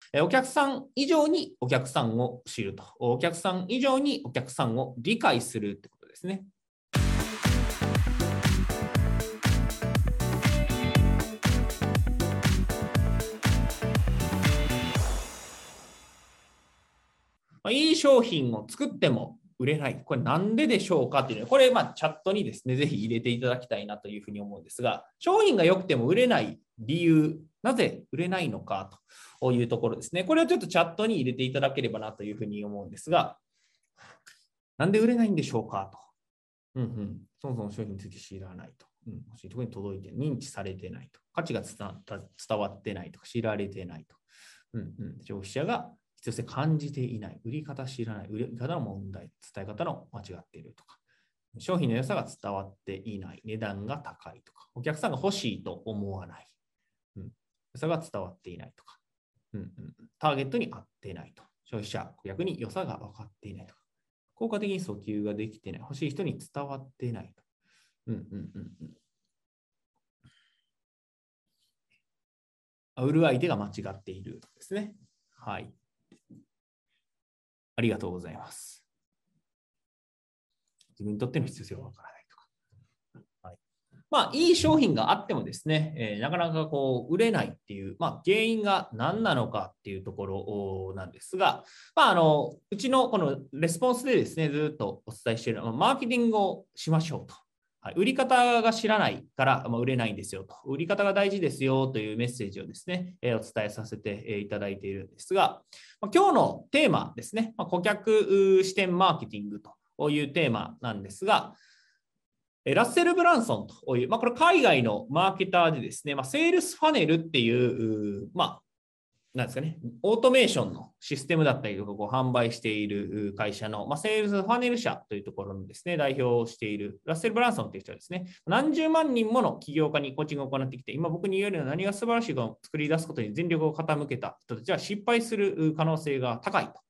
お客さん以上にお客さんを知ると。お客さん以上にお客さんを理解するってことですね。いい商品を作っても売れない。これなんででしょうかっていうのは、これチャットにですね、ぜひ入れていただきたいなというふうに思うんですが、商品が良くても売れない理由、なぜ売れないのかというところですね。これをちょっとチャットに入れていただければなというふうに思うんですが、なんで売れないんでしょうかと。そもそも商品について知らないと。欲しいところに届いて認知されてないと。価値が伝わってないとか、知られてないと。消費者が必要性感じていない、売り方知らない、売り方の問題、伝え方の間違っているとか、商品の良さが伝わっていない、値段が高いとか、お客さんが欲しいと思わない、良さが伝わっていないとか、ターゲットに合っていないと、消費者、顧客に良さが分かっていないとか、効果的に訴求ができていない、欲しい人に伝わっていないと。売る相手が間違っているとですね。はい。ありがとうございます。自分にとっての必要性がわからないとか。いい商品があってもですね、なかなか売れないっていう、原因が何なのかっていうところなんですが、うちのこのレスポンスでですね、ずっとお伝えしているのは、マーケティングをしましょうと。売り方が知らないから売れないんですよと。売り方が大事ですよというメッセージをですね、お伝えさせていただいているんですが、今日のテーマですね、顧客視点マーケティングというテーマなんですが、ラッセル・ブランソンという、これ海外のマーケターでですね、セールスファネルっていう、なんですかね、オートメーションのシステムだったりとかを販売している会社の、セールスファネル社というところのですね、代表をしているラッセル・ブランソンという人はですね、何十万人もの起業家にコーチングを行ってきて、今僕に言えるような何が素晴らしいかを作り出すことに全力を傾けた人たちは失敗する可能性が高いと。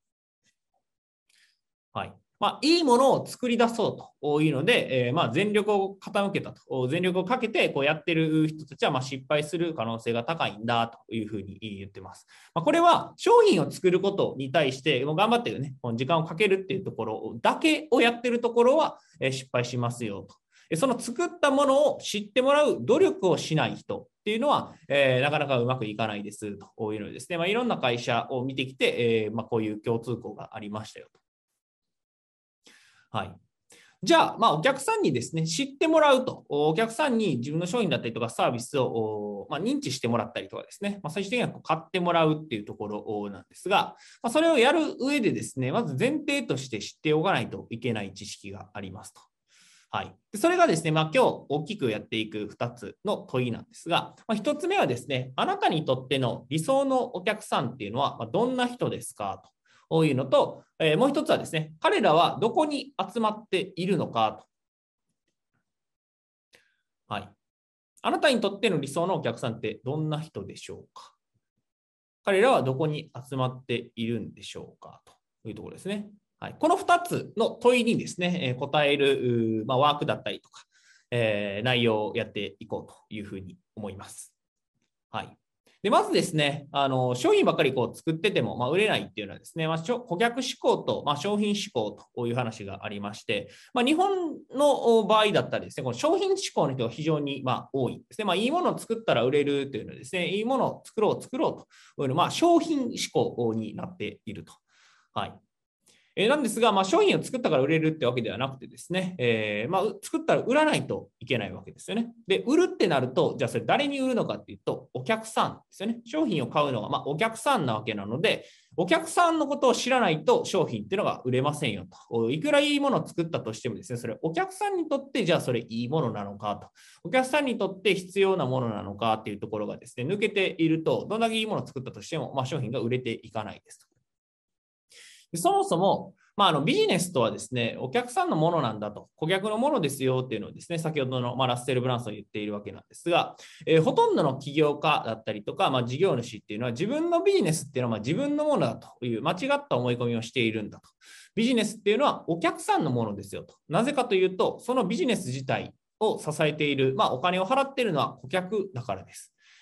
はい。いいものを作り出そうというので、全力を傾けたと、全力をかけてやってる人たちは失敗する可能性が高いんだというふうに言ってます。これは商品を作ることに対して頑張ってね、時間をかけるっていうところだけをやってるところは失敗しますよと。その作ったものを知ってもらう努力をしない人っていうのは、なかなかうまくいかないですというのでですね、いろんな会社を見てきて、こういう共通項がありましたよと。はい。じゃあ、お客さんにですね、知ってもらうと、お客さんに自分の商品だったりとかサービスを認知してもらったりとかですね、最終的には買ってもらうっていうところなんですが、それをやる上でですね、まず前提として知っておかないといけない知識がありますと。はい。それがですね、今日大きくやっていく2つの問いなんですが、1つ目はですね、あなたにとっての理想のお客さんっていうのはどんな人ですかと。こういうのと、もう一つはですね、彼らはどこに集まっているのかと。はい。あなたにとっての理想のお客さんってどんな人でしょうか。彼らはどこに集まっているんでしょうかというところですね。はい、この2つの問いにですね、答える、ワークだったりとか、内容をやっていこうというふうに思います。はい。でまずですね、商品ばっかり作ってても売れないっていうのはですね、顧客志向と商品志向という話がありまして、日本の場合だったらですね、この商品志向の人が非常に多いですね。いいものを作ったら売れるというのはですね、いいものを作ろうというの商品志向になっていると。はい。なんですが、商品を作ったから売れるってわけではなくてですね、作ったら売らないといけないわけですよね。で、売るってなると、じゃあそれ誰に売るのかっていうと、お客さんですよね。商品を買うのはお客さんなわけなので、お客さんのことを知らないと商品っていうのが売れませんよと。いくらいいものを作ったとしてもですね、それお客さんにとってじゃあそれいいものなのかと。お客さんにとって必要なものなのかっていうところがですね、抜けていると、どんだけいいものを作ったとしても、商品が売れていかないですと。そもそも、ビジネスとはですね、お客さんのものなんだと、顧客のものですよっていうのをですね、先ほどの、ラッセル・ブランソン言っているわけなんですが、ほとんどの起業家だったりとか、事業主っていうのは自分のビジネスっていうのは自分のものだという間違った思い込みをしているんだと。ビジネスっていうのはお客さんのものですよと。なぜかというと、そのビジネス自体を支えている、お金を払っているのは顧客だからです。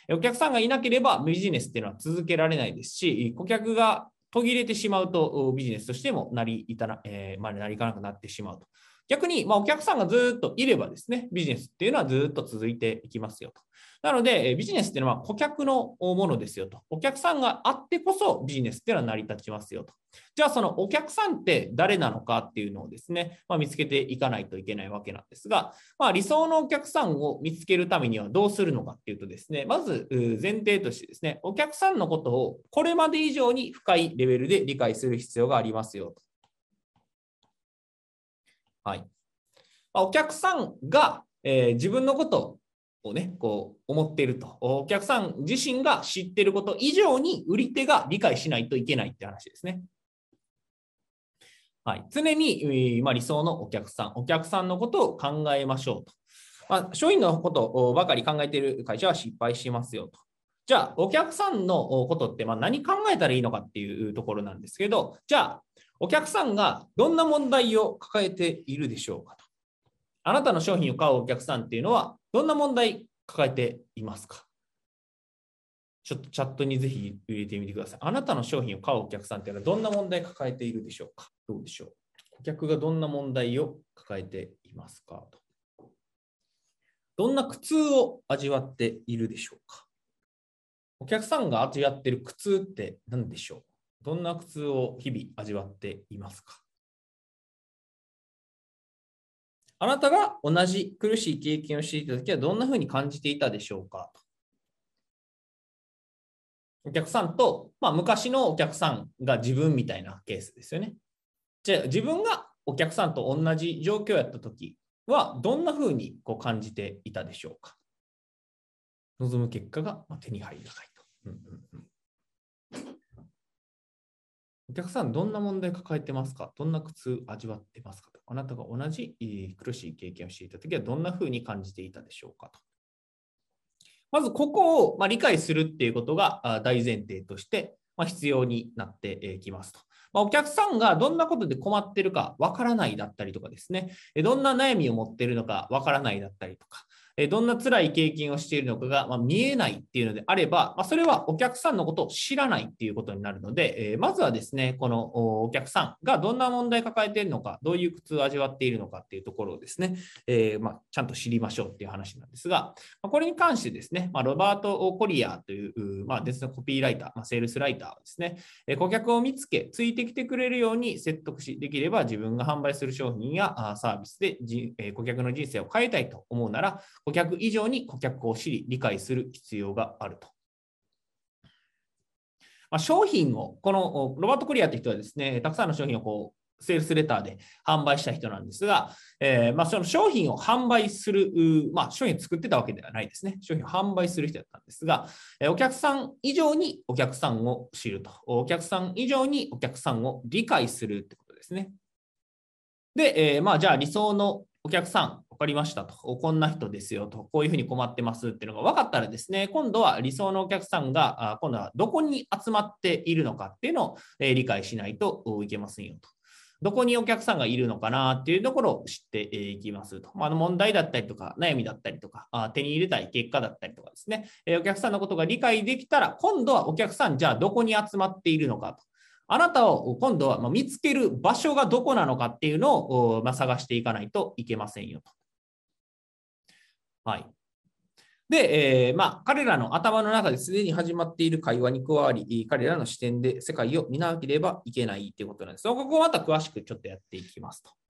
お客さんがいなければビジネスっていうのは続けられないですし、顧客が途切れてしまうとビジネスとしても成り行かなくなってしまうと。逆に、お客さんがずっといればですね、ビジネスっていうのはずっと続いていきますよと。なので、ビジネスっていうのは顧客のものですよと。お客さんがあってこそビジネスっていうのは成り立ちますよと。じゃあ、そのお客さんって誰なのかっていうのをですね、見つけていかないといけないわけなんですが、理想のお客さんを見つけるためにはどうするのかっていうとですね、まず前提としてですね、お客さんのことをこれまで以上に深いレベルで理解する必要がありますよと。はい。お客さんが、自分のことをね、こう思っていると。お客さん自身が知っていること以上に売り手が理解しないといけないって話ですね。はい、常に、理想のお客さんのことを考えましょうと。商品のことばかり考えている会社は失敗しますよと。じゃあ、お客さんのことって何考えたらいいのかっていうところなんですけど、じゃあ、お客さんがどんな問題を抱えているでしょうかと。あなたの商品を買うお客さんっていうのは、どんな問題抱えていますか？ちょっとチャットにぜひ入れてみてください。あなたの商品を買うお客さんっていうのはどんな問題を抱えているでしょうか？どうでしょう？顧客がどんな問題を抱えていますかと。どんな苦痛を味わっているでしょうか？お客さんが味わっている苦痛って何でしょう？どんな苦痛を日々味わっていますか？あなたが同じ苦しい経験をしていたときはどんなふうに感じていたでしょうかと。お客さんと、昔のお客さんが自分みたいなケースですよね。じゃあ自分がお客さんと同じ状況やったときはどんなふうに感じていたでしょうか。望む結果が手に入らないと。お客さんどんな問題抱えてますか？どんな苦痛味わってますかと。あなたが同じ苦しい経験をしていたときはどんなふうに感じていたでしょうかと。まずここを理解するっていうことが大前提として必要になってきますと。お客さんがどんなことで困っているかわからないだったりとかですね、どんな悩みを持っているのかわからないだったりとか、どんな辛い経験をしているのかが見えないっていうのであれば、それはお客さんのことを知らないっていうことになるので、まずはですね、このお客さんがどんな問題を抱えているのか、どういう苦痛を味わっているのかっていうところをですね、ちゃんと知りましょうっていう話なんですが、これに関してですね、ロバート・コリアーという、別のコピーライター、セールスライターはですね、顧客を見つけ、ついてきてくれるように説得できれば、自分が販売する商品やサービスで顧客の人生を変えたいと思うなら、顧客以上に顧客を知り、理解する必要があると。商品を、このロバート・コリアーという人はですね、たくさんの商品をセールスレターで販売した人なんですが、その商品を販売する、商品を作ってたわけではないですね。商品を販売する人だったんですが、お客さん以上にお客さんを知ると。お客さん以上にお客さんを理解するってことですね。で、じゃあ理想のお客さん、分かりましたと。こんな人ですよと。こういうふうに困ってますっていうのが分かったらですね、今度は理想のお客さんが、今度はどこに集まっているのかっていうのを理解しないといけませんよと。どこにお客さんがいるのかなっていうところを知っていきますと。問題だったりとか、悩みだったりとか、手に入れたい結果だったりとかですね、お客さんのことが理解できたら、今度はお客さん、じゃあどこに集まっているのかと。あなたを今度は見つける場所がどこなのかっていうのを探していかないといけませんよと。はい。で、彼らの頭の中ですでに始まっている会話に加わり、彼らの視点で世界を見なければいけないということなんです。ここをまた詳しくちょっとやっていきますと。